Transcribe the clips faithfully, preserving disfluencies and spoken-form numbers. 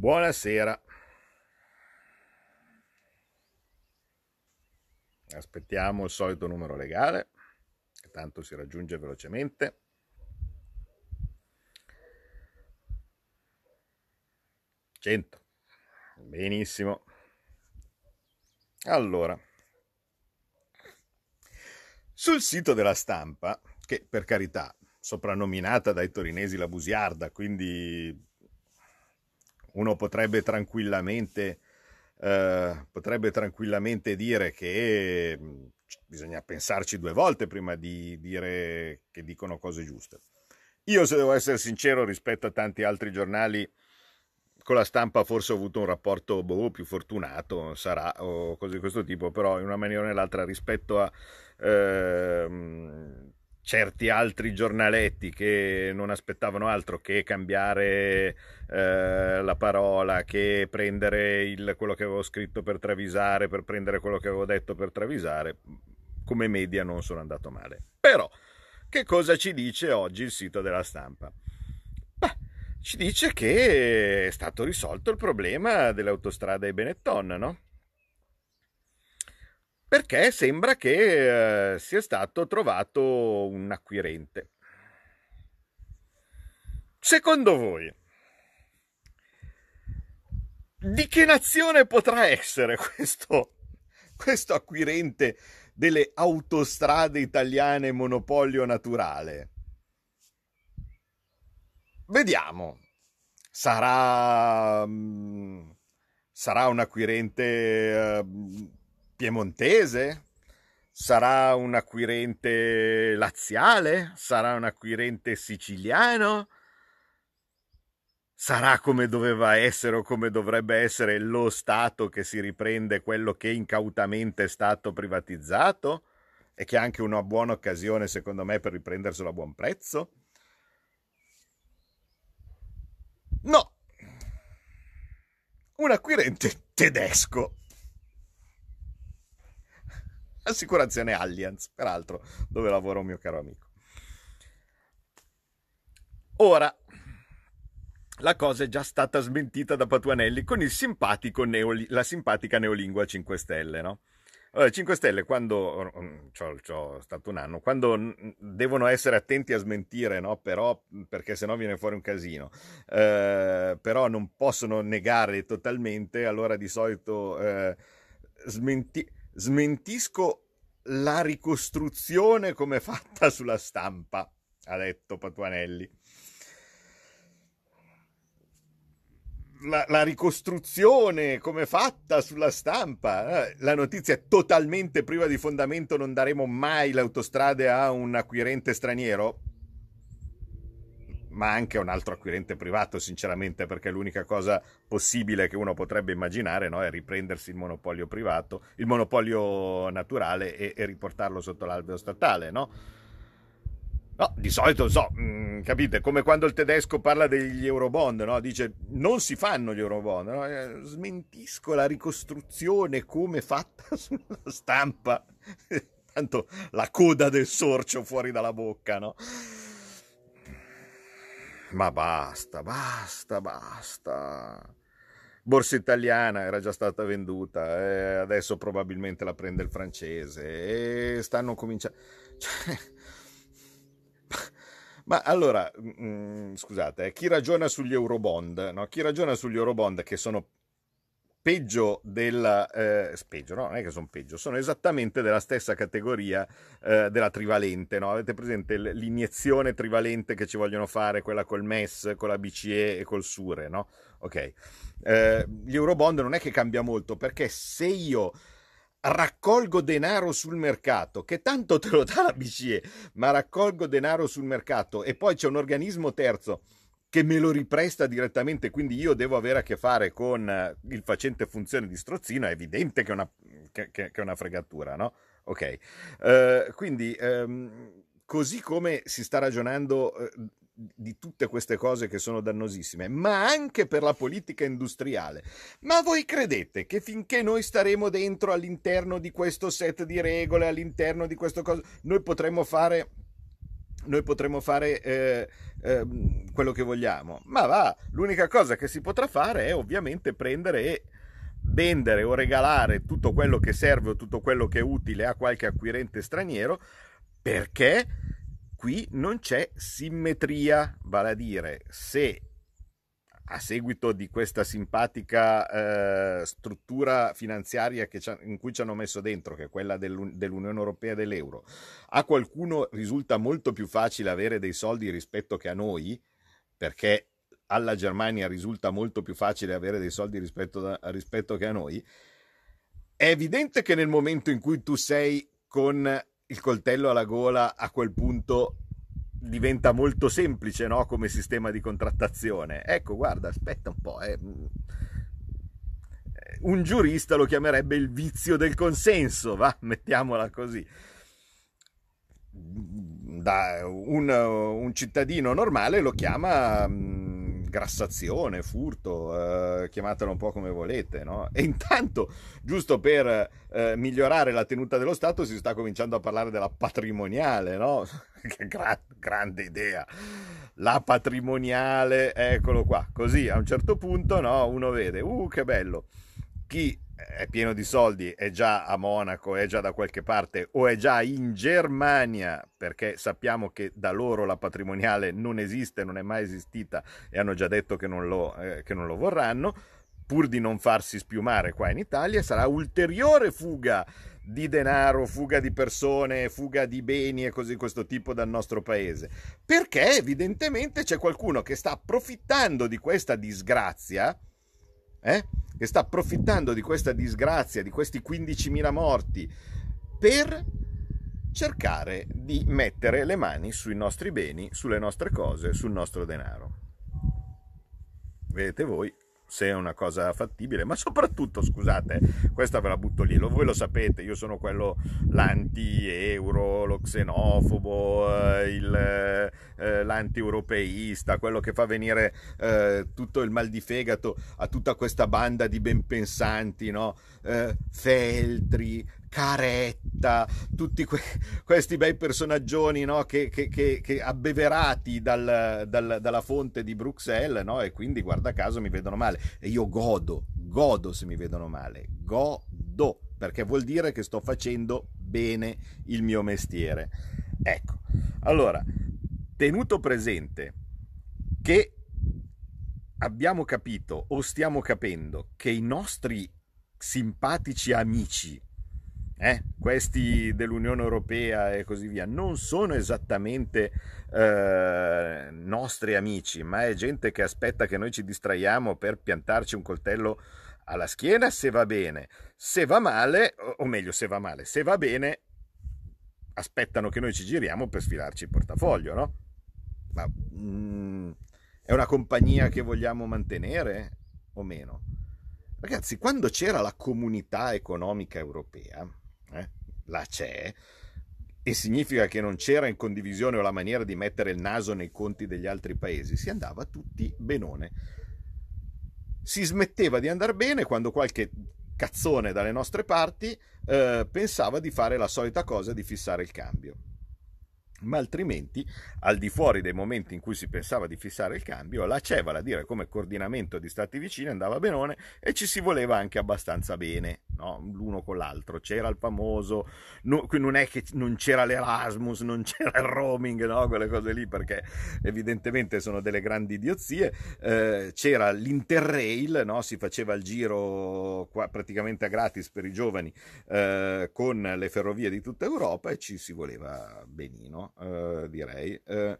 Buonasera. Aspettiamo il solito numero legale, che tanto si raggiunge velocemente. cento. Benissimo. Allora, sul sito della Stampa, che per carità, soprannominata dai torinesi la busiarda, quindi uno potrebbe tranquillamente, eh, potrebbe tranquillamente dire che mh, bisogna pensarci due volte prima di dire che dicono cose giuste. Io, se devo essere sincero, rispetto a tanti altri giornali, con la Stampa forse ho avuto un rapporto boh, più fortunato, sarà, o cose di questo tipo, però in una maniera o nell'altra rispetto a ehm, certi altri giornaletti che non aspettavano altro che cambiare eh, la parola, che prendere il, quello che avevo scritto per travisare, per prendere quello che avevo detto per travisare, come media non sono andato male. Però, che cosa ci dice oggi il sito della Stampa? Beh, ci dice che è stato risolto il problema delle autostrade ai Benetton, no? Perché sembra che eh, sia stato trovato un acquirente. Secondo voi, di che nazione potrà essere questo, questo acquirente delle autostrade italiane monopolio naturale? Vediamo. Sarà, mm, sarà un acquirente eh, piemontese? Sarà un acquirente laziale? Sarà un acquirente siciliano? Sarà come doveva essere o come dovrebbe essere lo Stato che si riprende quello che incautamente è stato privatizzato e che è anche una buona occasione, secondo me, per riprenderselo a buon prezzo? No, un acquirente tedesco. Assicurazione Allianz, peraltro, dove lavora un mio caro amico. Ora, la cosa è già stata smentita da Patuanelli con il simpatico neoli- la simpatica neolingua cinque Stelle, no? Allora, cinque Stelle, quando c'ho, c'ho stato un anno, quando n- devono essere attenti a smentire, no? Però, perché sennò viene fuori un casino, eh, però non possono negare totalmente, allora di solito eh, smenti- smentisco la ricostruzione come fatta sulla Stampa, ha detto Patuanelli. La, la ricostruzione come fatta sulla Stampa, eh, la notizia è totalmente priva di fondamento, non daremo mai le autostrade a un acquirente straniero, ma anche a un altro acquirente privato, sinceramente, perché l'unica cosa possibile che uno potrebbe immaginare, no, è riprendersi il monopolio privato, il monopolio naturale e, e riportarlo sotto l'alveo statale, no? No, di solito, so, mh, capite, come quando il tedesco parla degli Eurobond, no? Dice non si fanno gli Eurobond, no? Eh, smentisco la ricostruzione come fatta sulla Stampa. Tanto la coda del sorcio fuori dalla bocca, no? Ma basta, basta, basta. Borsa Italiana era già stata venduta, eh, adesso probabilmente la prende il francese e stanno cominciando... Cioè... Ma allora, mm, scusate, eh, chi ragiona sugli Eurobond, no? Chi ragiona sugli Eurobond che sono peggio della... Eh, peggio, no? Non è che sono peggio, sono esattamente della stessa categoria eh, della trivalente, no? Avete presente l'iniezione trivalente che ci vogliono fare, quella col M E S, con la B C E e col Sure, no? Ok. Eh, gli Eurobond non è che cambia molto, perché se io raccolgo denaro sul mercato, che tanto te lo dà la B C E, ma raccolgo denaro sul mercato e poi c'è un organismo terzo che me lo ripresta direttamente, quindi io devo avere a che fare con il facente funzione di strozzino, è evidente che è una, che, che è una fregatura, no? Ok. Uh, quindi, um, così come si sta ragionando uh, di tutte queste cose che sono dannosissime, ma anche per la politica industriale. Ma voi credete che finché noi staremo dentro all'interno di questo set di regole, all'interno di questo cosa, noi potremo fare noi potremo fare eh, eh, quello che vogliamo, ma va, l'unica cosa che si potrà fare è ovviamente prendere e vendere o regalare tutto quello che serve o tutto quello che è utile a qualche acquirente straniero, perché qui non c'è simmetria, vale a dire, se a seguito di questa simpatica eh, struttura finanziaria che in cui ci hanno messo dentro, che è quella dell'Unione Europea e dell'euro, a qualcuno risulta molto più facile avere dei soldi rispetto che a noi, perché alla Germania risulta molto più facile avere dei soldi rispetto, da, rispetto che a noi, è evidente che nel momento in cui tu sei con il coltello alla gola, a quel punto diventa molto semplice, no? Come sistema di contrattazione. Ecco, guarda, aspetta un po', eh. Un giurista lo chiamerebbe il vizio del consenso, va, mettiamola così. Da un, un cittadino normale lo chiama mh, grassazione, furto, eh, chiamatelo un po' come volete, no? E intanto, giusto per eh, migliorare la tenuta dello Stato, si sta cominciando a parlare della patrimoniale, no? Che gra- grande idea, la patrimoniale, eccolo qua, così a un certo punto, no, uno vede, uh, che bello, chi è pieno di soldi è già a Monaco, è già da qualche parte o è già in Germania, perché sappiamo che da loro la patrimoniale non esiste, non è mai esistita e hanno già detto che non lo, eh, che non lo vorranno, pur di non farsi spiumare qua in Italia. Sarà ulteriore fuga di denaro, fuga di persone, fuga di beni e così questo tipo dal nostro paese, perché evidentemente c'è qualcuno che sta approfittando di questa disgrazia, eh? che sta approfittando di questa disgrazia, di questi quindicimila morti, per cercare di mettere le mani sui nostri beni, sulle nostre cose, sul nostro denaro. Vedete voi se è una cosa fattibile, ma soprattutto, scusate, questa ve la butto lì, lo, voi lo sapete, io sono quello l'anti-euro, lo xenofobo, il, eh, l'anti-europeista, quello che fa venire eh, tutto il mal di fegato a tutta questa banda di benpensanti, no? Eh, Feltri, Caretta, tutti que- questi bei personaggioni, no? che, che, che, che abbeverati dal, dal, dalla fonte di Bruxelles, no? E quindi guarda caso mi vedono male e io godo, godo se mi vedono male, godo, perché vuol dire che sto facendo bene il mio mestiere. Ecco, allora, tenuto presente che abbiamo capito o stiamo capendo che i nostri simpatici amici, Eh, questi dell'Unione Europea e così via, non sono esattamente eh, nostri amici, ma è gente che aspetta che noi ci distraiamo per piantarci un coltello alla schiena se va bene, se va male, o meglio se va male, se va bene, aspettano che noi ci giriamo per sfilarci il portafoglio, no? Ma mm, è una compagnia che vogliamo mantenere o meno? Ragazzi, quando c'era la Comunità Economica Europea, eh, la c'è, e significa che non c'era in condivisione o la maniera di mettere il naso nei conti degli altri paesi, si andava tutti benone. Si smetteva di andare bene quando qualche cazzone dalle nostre parti eh, pensava di fare la solita cosa di fissare il cambio. Ma altrimenti, al di fuori dei momenti in cui si pensava di fissare il cambio, la C E, vale a dire come coordinamento di stati vicini, andava benone e ci si voleva anche abbastanza bene, no? L'uno con l'altro. C'era il famoso, no, non è che non c'era l'Erasmus, non c'era il roaming, no? Quelle cose lì, perché evidentemente sono delle grandi idiozie. Eh, c'era l'Interrail, no? Si faceva il giro qua, praticamente a gratis per i giovani eh, con le ferrovie di tutta Europa e ci si voleva benino. Uh, direi uh,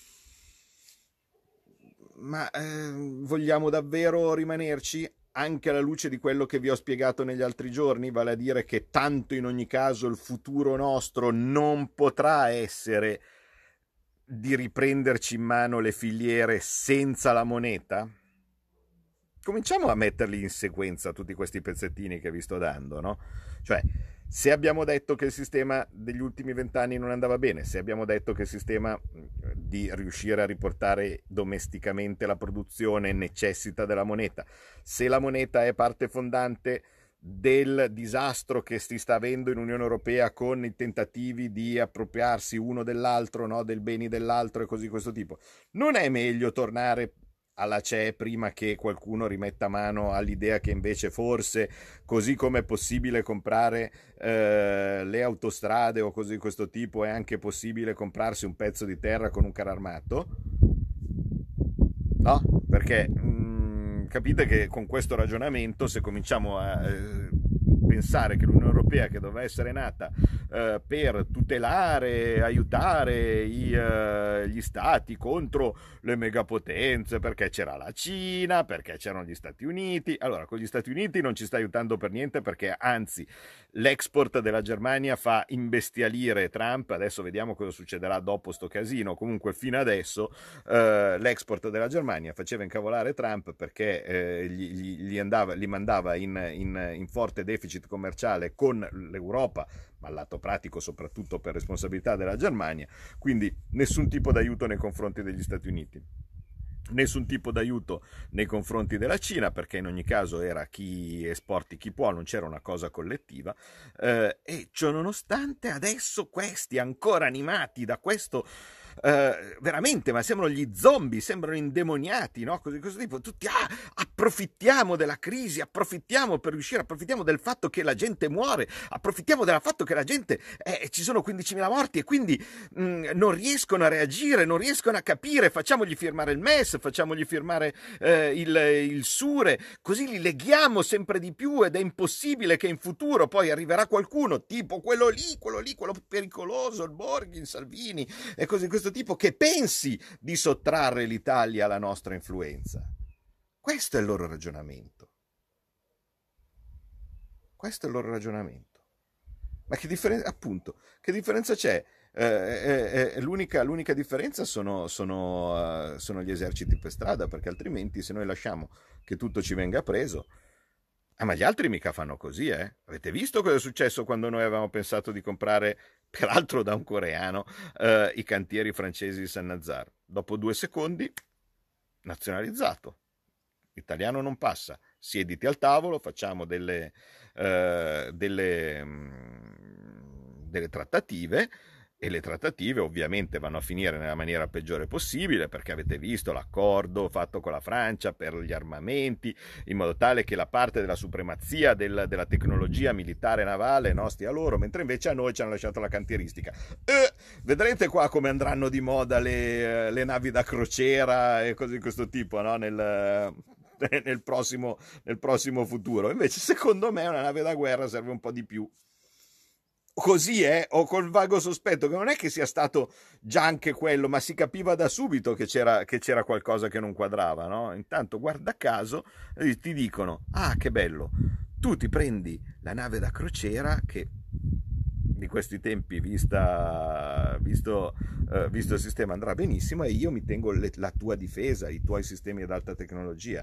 ma uh, vogliamo davvero rimanerci anche alla luce di quello che vi ho spiegato negli altri giorni, vale a dire che tanto in ogni caso il futuro nostro non potrà essere di riprenderci in mano le filiere senza la moneta? Cominciamo a metterli in sequenza tutti questi pezzettini che vi sto dando, no? Cioè, se abbiamo detto che il sistema degli ultimi vent'anni non andava bene, se abbiamo detto che il sistema di riuscire a riportare domesticamente la produzione necessita della moneta, se la moneta è parte fondante del disastro che si sta avendo in Unione Europea con i tentativi di appropriarsi uno dell'altro, no? Del beni dell'altro e così questo tipo. Non è meglio tornare alla C E prima che qualcuno rimetta mano all'idea che invece forse, così come è possibile comprare eh, le autostrade o cose di questo tipo, è anche possibile comprarsi un pezzo di terra con un carro armato? No? Perché mh, capite che con questo ragionamento, se cominciamo a eh, pensare che l'Unione Europea, che doveva essere nata eh, per tutelare, aiutare i, eh, gli stati contro le megapotenze, perché c'era la Cina, perché c'erano gli Stati Uniti, allora con gli Stati Uniti non ci sta aiutando per niente, perché anzi l'export della Germania fa imbestialire Trump. Adesso vediamo cosa succederà dopo sto casino. Comunque fino adesso eh, l'export della Germania faceva incavolare Trump, perché eh, gli, gli, gli, andava, li mandava in, in, in forte deficit commerciale con l'Europa, ma al lato pratico soprattutto per responsabilità della Germania, quindi nessun tipo d'aiuto nei confronti degli Stati Uniti, nessun tipo d'aiuto nei confronti della Cina, perché in ogni caso era chi esporti chi può, non c'era una cosa collettiva, eh, e ciò nonostante adesso questi, ancora animati da questo Uh, veramente, ma sembrano gli zombie, sembrano indemoniati, no? Così, così tipo, tutti, ah, approfittiamo della crisi, approfittiamo per riuscire, approfittiamo del fatto che la gente muore, approfittiamo del fatto che la gente, eh, ci sono quindicimila morti e quindi mh, non riescono a reagire, non riescono a capire, facciamogli firmare il M E S, facciamogli firmare eh, il, il SURE, così li leghiamo sempre di più ed è impossibile che in futuro poi arriverà qualcuno, tipo quello lì, quello lì, quello pericoloso, il Borghi, il Salvini, e così questo tipo, che pensi di sottrarre l'Italia alla nostra influenza. Questo è il loro ragionamento. Questo è il loro ragionamento. Ma che differenza, appunto, che differenza c'è? Eh, eh, eh, l'unica, l'unica differenza sono, sono, uh, sono gli eserciti per strada, perché altrimenti se noi lasciamo che tutto ci venga preso. Ah, ma gli altri mica fanno così, eh? Avete visto cosa è successo quando noi avevamo pensato di comprare, peraltro da un coreano, eh, i cantieri francesi di Saint-Nazaire? Dopo due secondi, nazionalizzato. L'italiano non passa. Siediti al tavolo, facciamo delle, eh, delle, mh, delle trattative. E le trattative ovviamente vanno a finire nella maniera peggiore possibile, perché avete visto l'accordo fatto con la Francia per gli armamenti, in modo tale che la parte della supremazia del, della tecnologia militare navale, no, stia a loro, mentre invece a noi ci hanno lasciato la cantieristica. Eh, vedrete qua come andranno di moda le, le navi da crociera e cose di questo tipo, no? Nel, nel, prossimo, nel prossimo futuro. Invece secondo me una nave da guerra serve un po' di più. Così è, ho col vago sospetto che non è che sia stato già anche quello, ma si capiva da subito che c'era, che c'era qualcosa che non quadrava, no? Intanto, guarda caso, ti dicono, ah, che bello, tu ti prendi la nave da crociera che di questi tempi, vista, visto, uh, visto il sistema, andrà benissimo, e io mi tengo le, la tua difesa, i tuoi sistemi ad alta tecnologia.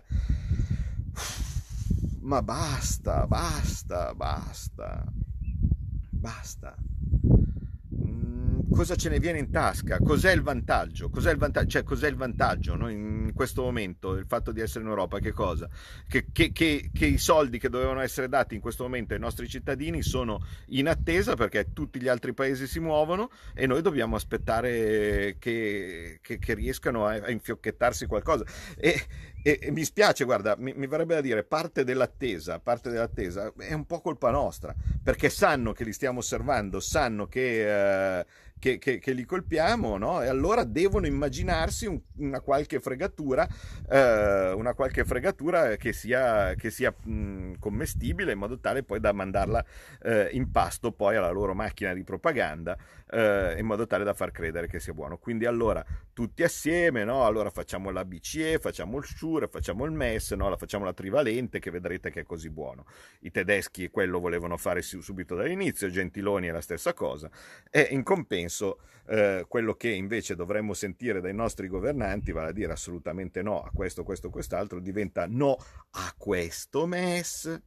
Ma basta, basta, basta. Basta. Mm, cosa ce ne viene in tasca? Cos'è il vantaggio? Cos'è il vantaggio? Cioè, cos'è il vantaggio, no? In questo momento, il fatto di essere in Europa, che cosa? Che, che, che, che i soldi che dovevano essere dati in questo momento ai nostri cittadini sono in attesa, perché tutti gli altri paesi si muovono e noi dobbiamo aspettare che, che, che riescano a, a infiocchettarsi qualcosa. E, E, e mi spiace, guarda, mi, mi verrebbe da dire, parte dell'attesa, parte dell'attesa è un po' colpa nostra, perché sanno che li stiamo osservando, sanno che, eh, che, che, che li colpiamo, no? E allora devono immaginarsi un, una qualche fregatura, eh, una qualche fregatura che sia, che sia mh, commestibile, in modo tale poi da mandarla eh, in pasto poi alla loro macchina di propaganda, eh, in modo tale da far credere che sia buono. Quindi allora tutti assieme, no? Allora facciamo la B C E, facciamo il SURE, facciamo il M E S, no? La facciamo la trivalente, che vedrete che è così buono. I tedeschi quello volevano fare subito dall'inizio, Gentiloni è la stessa cosa, e in compenso eh, quello che invece dovremmo sentire dai nostri governanti, vale a dire assolutamente no a questo, questo, quest'altro, diventa no a questo M E S,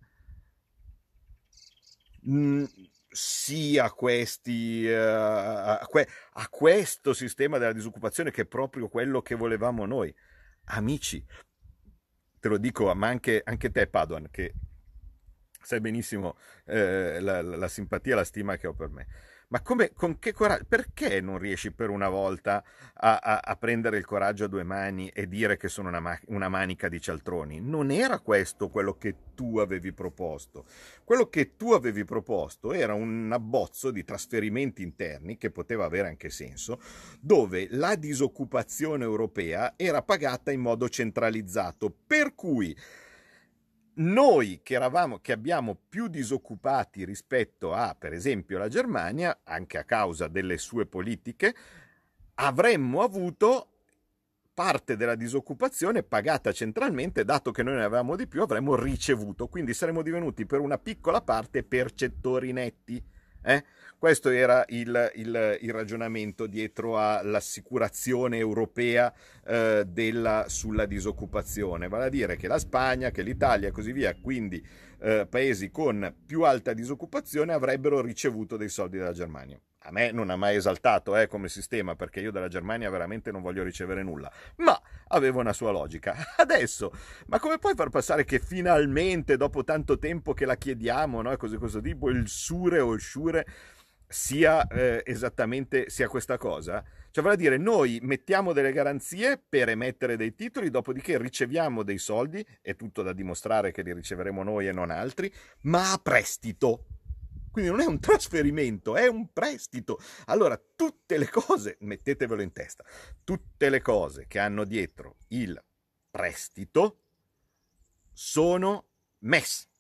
mm, sì a questi uh, a, que- a questo sistema della disoccupazione, che è proprio quello che volevamo noi. Amici, te lo dico, ma anche, anche te Padoan, che sai benissimo eh, la, la, la simpatia e la stima che ho per me. Ma come, con che coraggio? Perché non riesci per una volta a, a- a prendere il coraggio a due mani e dire che sono una, ma- una manica di cialtroni? Non era questo quello che tu avevi proposto. Quello che tu avevi proposto era un abbozzo di trasferimenti interni, che poteva avere anche senso, dove la disoccupazione europea era pagata in modo centralizzato, per cui noi che eravamo, che abbiamo più disoccupati rispetto a, per esempio, la Germania, anche a causa delle sue politiche, avremmo avuto parte della disoccupazione pagata centralmente, dato che noi ne avevamo di più, avremmo ricevuto, quindi saremmo divenuti per una piccola parte percettori netti. Eh? Questo era il, il, il ragionamento dietro all'assicurazione europea eh, della, sulla disoccupazione, vale a dire che la Spagna, che l'Italia e così via, quindi eh, paesi con più alta disoccupazione avrebbero ricevuto dei soldi dalla Germania. A me non ha mai esaltato eh, come sistema, perché io dalla Germania veramente non voglio ricevere nulla, ma aveva una sua logica. Adesso, ma come puoi far passare che finalmente, dopo tanto tempo che la chiediamo, no, cose questo tipo, il sure o il sure sia eh, esattamente sia questa cosa? Cioè, vale a dire, noi mettiamo delle garanzie per emettere dei titoli, dopodiché riceviamo dei soldi, è tutto da dimostrare che li riceveremo noi e non altri, ma a prestito. Quindi non è un trasferimento, è un prestito. Allora, tutte le cose, mettetevelo in testa, tutte le cose che hanno dietro il prestito sono M E S.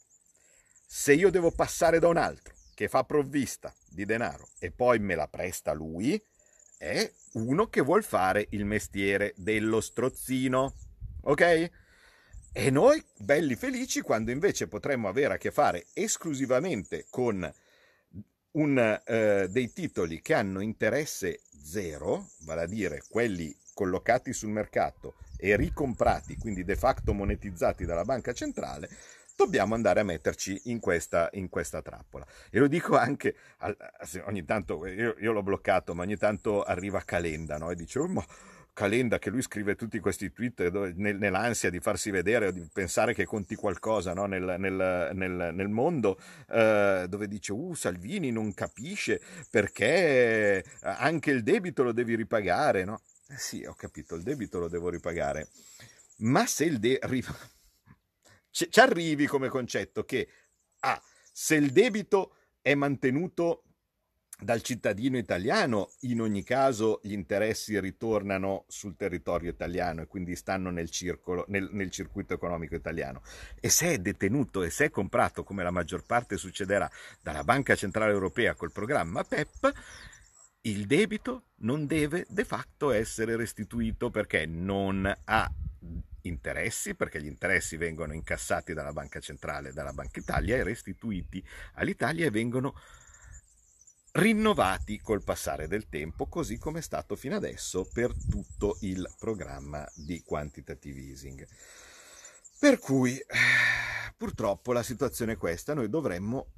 Se io devo passare da un altro che fa provvista di denaro e poi me la presta lui, è uno che vuol fare il mestiere dello strozzino, ok? E noi belli felici quando invece potremmo avere a che fare esclusivamente con un, eh, dei titoli che hanno interesse zero, vale a dire quelli collocati sul mercato e ricomprati, quindi de facto monetizzati dalla banca centrale, dobbiamo andare a metterci in questa, in questa trappola. E lo dico anche, ogni tanto, io, io l'ho bloccato, ma ogni tanto arriva Calenda, no? E dice, oh, ma Calenda, che lui scrive tutti questi tweet dove, nel, nell'ansia di farsi vedere o di pensare che conti qualcosa, no? nel, nel, nel, nel mondo, eh, dove dice, uh, Salvini non capisce perché anche il debito lo devi ripagare, no? Eh sì, ho capito, il debito lo devo ripagare, ma se il debito... ci arrivi come concetto che ah, se il debito è mantenuto dal cittadino italiano, in ogni caso gli interessi ritornano sul territorio italiano e quindi stanno nel, circolo, nel, nel circuito economico italiano. E se è detenuto e se è comprato, come la maggior parte succederà, dalla Banca Centrale Europea col programma P E P, il debito non deve de facto essere restituito perché non ha interessi, perché gli interessi vengono incassati dalla Banca Centrale, dalla Banca Italia e restituiti all'Italia e vengono rinnovati col passare del tempo, così come è stato fino adesso per tutto il programma di quantitative easing. Per cui purtroppo la situazione è questa, noi dovremmo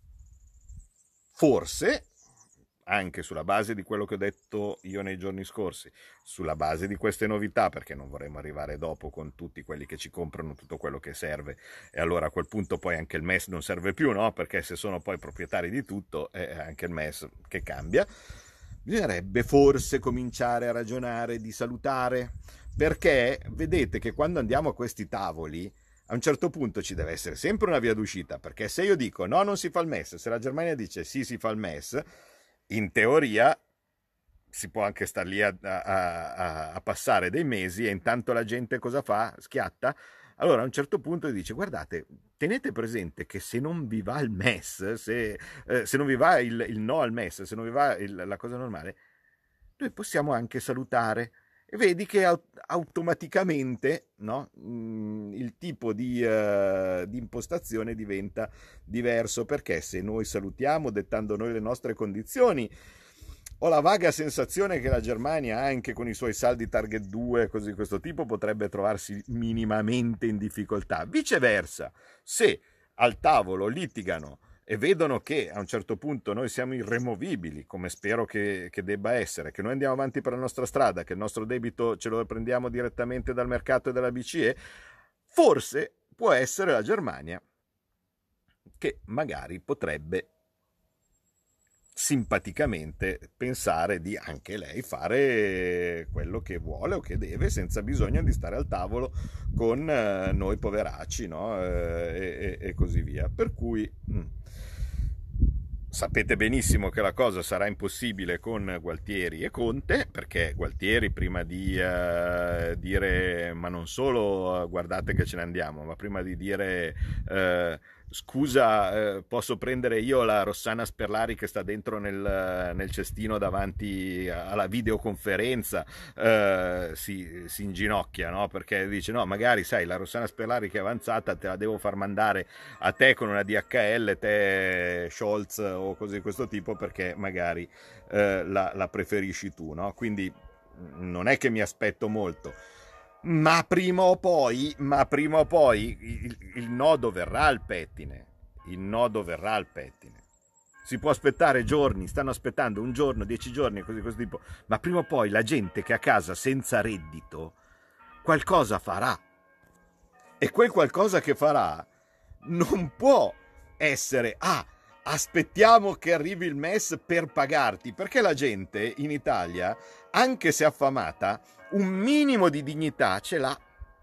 forse, anche sulla base di quello che ho detto io nei giorni scorsi, sulla base di queste novità, perché non vorremmo arrivare dopo con tutti quelli che ci comprano tutto quello che serve e allora a quel punto poi anche il M E S non serve più, no? Perché se sono poi proprietari di tutto è anche il M E S che cambia. Bisognerebbe forse cominciare a ragionare di salutare, perché vedete che quando andiamo a questi tavoli a un certo punto ci deve essere sempre una via d'uscita, perché se io dico no, non si fa il M E S, se la Germania dice sì, si fa il M E S, in teoria si può anche star lì a, a, a, a passare dei mesi e intanto la gente cosa fa? Schiatta? Allora a un certo punto dice guardate, tenete presente che se non vi va il M E S, se, eh, se non vi va il, il no al M E S, se non vi va il, la cosa normale, noi possiamo anche salutare. E vedi che automaticamente no, mh, il tipo di, uh, di impostazione diventa diverso, perché se noi salutiamo dettando noi le nostre condizioni, ho la vaga sensazione che la Germania, anche con i suoi saldi target due, così di questo tipo, potrebbe trovarsi minimamente in difficoltà. Viceversa, se al tavolo litigano e vedono che a un certo punto noi siamo irremovibili, come spero che, che debba essere, che noi andiamo avanti per la nostra strada, che il nostro debito ce lo prendiamo direttamente dal mercato e dalla B C E, forse può essere la Germania che magari potrebbe simpaticamente pensare di anche lei fare quello che vuole o che deve senza bisogno di stare al tavolo con eh, noi poveracci, no? Eh, e, e, così via. Per cui mh, sapete benissimo che la cosa sarà impossibile con Gualtieri e Conte, perché Gualtieri prima di uh, dire ma non solo uh, guardate che ce ne andiamo, ma prima di dire uh, scusa uh, posso prendere io la Rossana Sperlari che sta dentro nel, nel cestino davanti alla videoconferenza, uh, si, si inginocchia, no? Perché dice no, magari sai la Rossana Sperlari che è avanzata te la devo far mandare a te con una D H L, te Scholz o cose di questo tipo, perché magari eh, la, la preferisci tu, no? Quindi non è che mi aspetto molto, ma prima o poi, ma prima o poi il, il nodo verrà al pettine, il nodo verrà al pettine. Si può aspettare giorni, stanno aspettando un giorno, dieci giorni e così questo tipo, ma prima o poi la gente che è a casa senza reddito qualcosa farà. E quel qualcosa che farà non può essere ah, aspettiamo che arrivi il M E S per pagarti, perché la gente in Italia, anche se affamata, un minimo di dignità ce l'ha.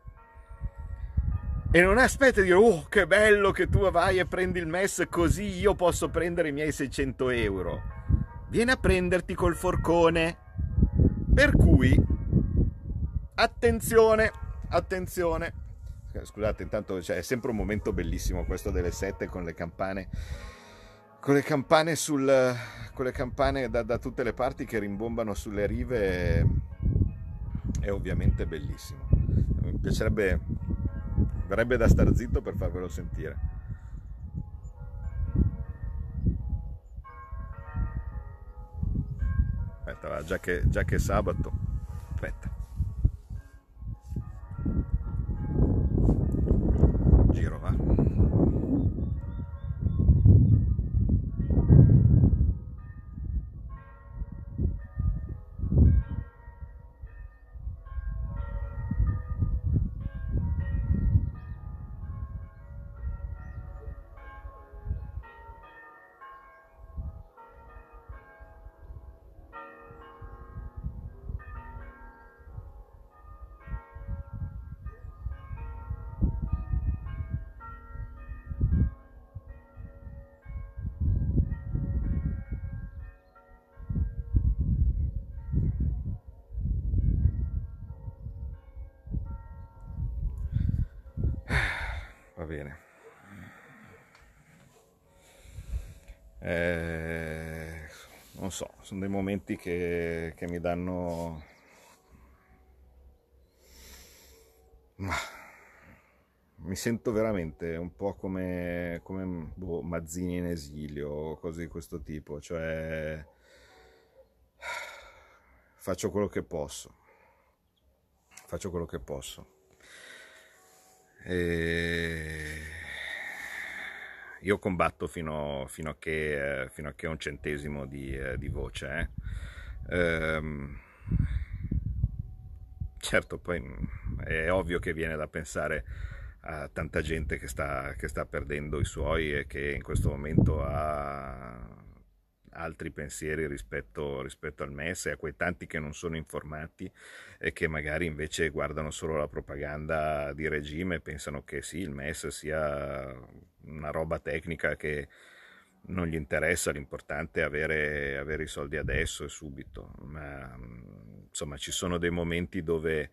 E non aspetta di dire oh che bello che tu vai e prendi il M E S così io posso prendere i miei seicento euro. Vieni a prenderti col forcone. Per cui attenzione, attenzione. Scusate, intanto cioè, è sempre un momento bellissimo questo delle sette con le campane, con le campane, sul, con le campane da, da tutte le parti che rimbombano sulle rive. È ovviamente bellissimo. Mi piacerebbe, verrebbe da star zitto per farvelo sentire. Aspetta, già che, già che è sabato, aspetta. Giro, va. Va bene. Eh, non so, sono dei momenti che, che mi danno... Ma... mi sento veramente un po' come, come boh, Mazzini in esilio o cose di questo tipo, cioè faccio quello che posso, faccio quello che posso. E io combatto fino, fino, a che, fino a che ho un centesimo di, di voce. Eh. Ehm, certo, poi è ovvio che viene da pensare a tanta gente che sta, che sta perdendo i suoi e che in questo momento ha altri pensieri rispetto, rispetto al M E S e a quei tanti che non sono informati e che magari invece guardano solo la propaganda di regime e pensano che sì, il M E S sia una roba tecnica che non gli interessa, l'importante è avere, avere i soldi adesso e subito. Ma insomma ci sono dei momenti dove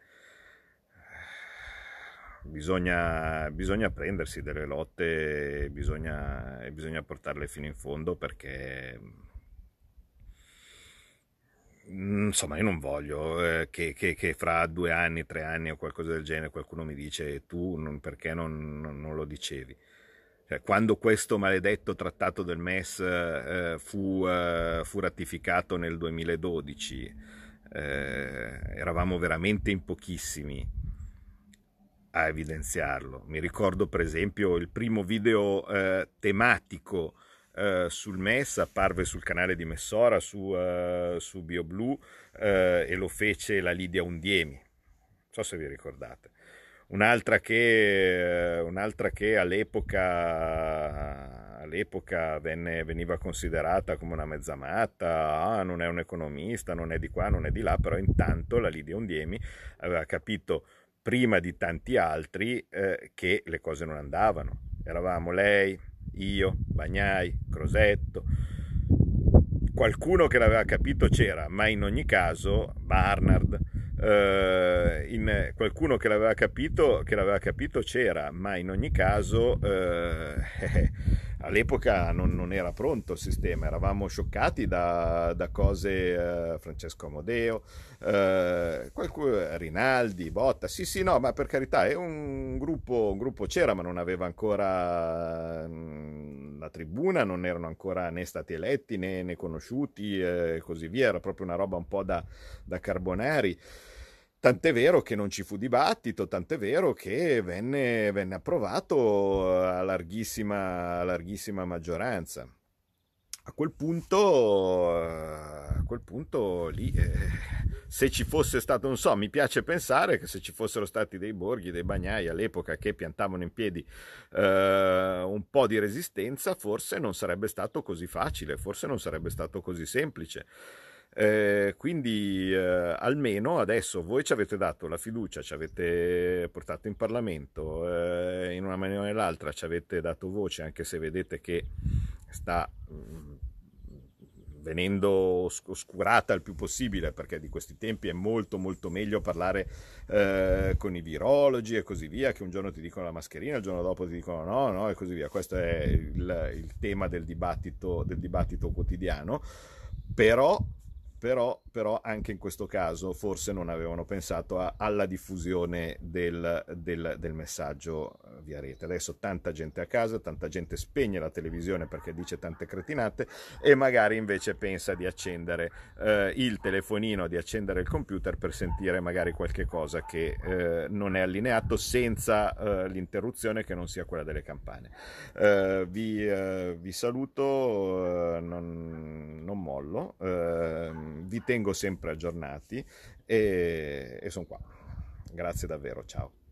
bisogna, bisogna prendersi delle lotte e bisogna, e bisogna portarle fino in fondo, perché insomma io non voglio eh, che, che, che fra due anni, tre anni o qualcosa del genere qualcuno mi dice tu non, perché non, non, non lo dicevi. Cioè, quando questo maledetto trattato del M E S eh, fu, eh, fu ratificato nel duemiladodici, eh, eravamo veramente in pochissimi a evidenziarlo. Mi ricordo per esempio il primo video eh, tematico eh, sul M E S apparve sul canale di Messora, su, uh, su BioBlue, eh, e lo fece la Lidia Undiemi, non so se vi ricordate. Un'altra che, un'altra che all'epoca all'epoca venne, veniva considerata come una mezza matta, ah, non è un economista, non è di qua, non è di là, però intanto la Lidia Ondiemi aveva capito prima di tanti altri eh, che le cose non andavano. Eravamo lei, io, Bagnai, Crosetto, qualcuno che l'aveva capito c'era, ma in ogni caso Barnard, eh, in, qualcuno che l'aveva capito, che l'aveva capito c'era, ma in ogni caso eh, eh, all'epoca non, non era pronto il sistema, eravamo scioccati da, da cose, eh, Francesco Amodeo, eh, qualcuno, Rinaldi, Botta, sì sì no, ma per carità è un gruppo, un gruppo c'era, ma non aveva ancora mh, la tribuna, non erano ancora né stati eletti né, né conosciuti e eh, così via, era proprio una roba un po' da, da Carbonari. Tant'è vero che non ci fu dibattito, tant'è vero che venne, venne approvato a larghissima, a larghissima maggioranza. A quel punto, a quel punto lì, eh, se ci fosse stato, non so, mi piace pensare che se ci fossero stati dei Borghi, dei Bagnai all'epoca che piantavano in piedi eh, un po' di resistenza, forse non sarebbe stato così facile, forse non sarebbe stato così semplice. Eh, quindi eh, almeno adesso voi ci avete dato la fiducia, ci avete portato in Parlamento, eh, in una maniera o nell'altra ci avete dato voce, anche se vedete che sta mh, venendo oscurata il più possibile, perché di questi tempi è molto molto meglio parlare eh, con i virologi e così via, che un giorno ti dicono la mascherina, il giorno dopo ti dicono no, no e così via. Questo è il, il tema del dibattito, del dibattito quotidiano, però Però, però anche in questo caso forse non avevano pensato a, alla diffusione del, del, del messaggio via rete. Adesso tanta gente a casa, tanta gente spegne la televisione perché dice tante cretinate e magari invece pensa di accendere eh, il telefonino, di accendere il computer per sentire magari qualche cosa che eh, non è allineato senza eh, l'interruzione che non sia quella delle campane. Eh, vi, eh, vi saluto, eh, non, non mollo. Eh, vi tengo sempre aggiornati e, e sono qua. Grazie davvero, ciao.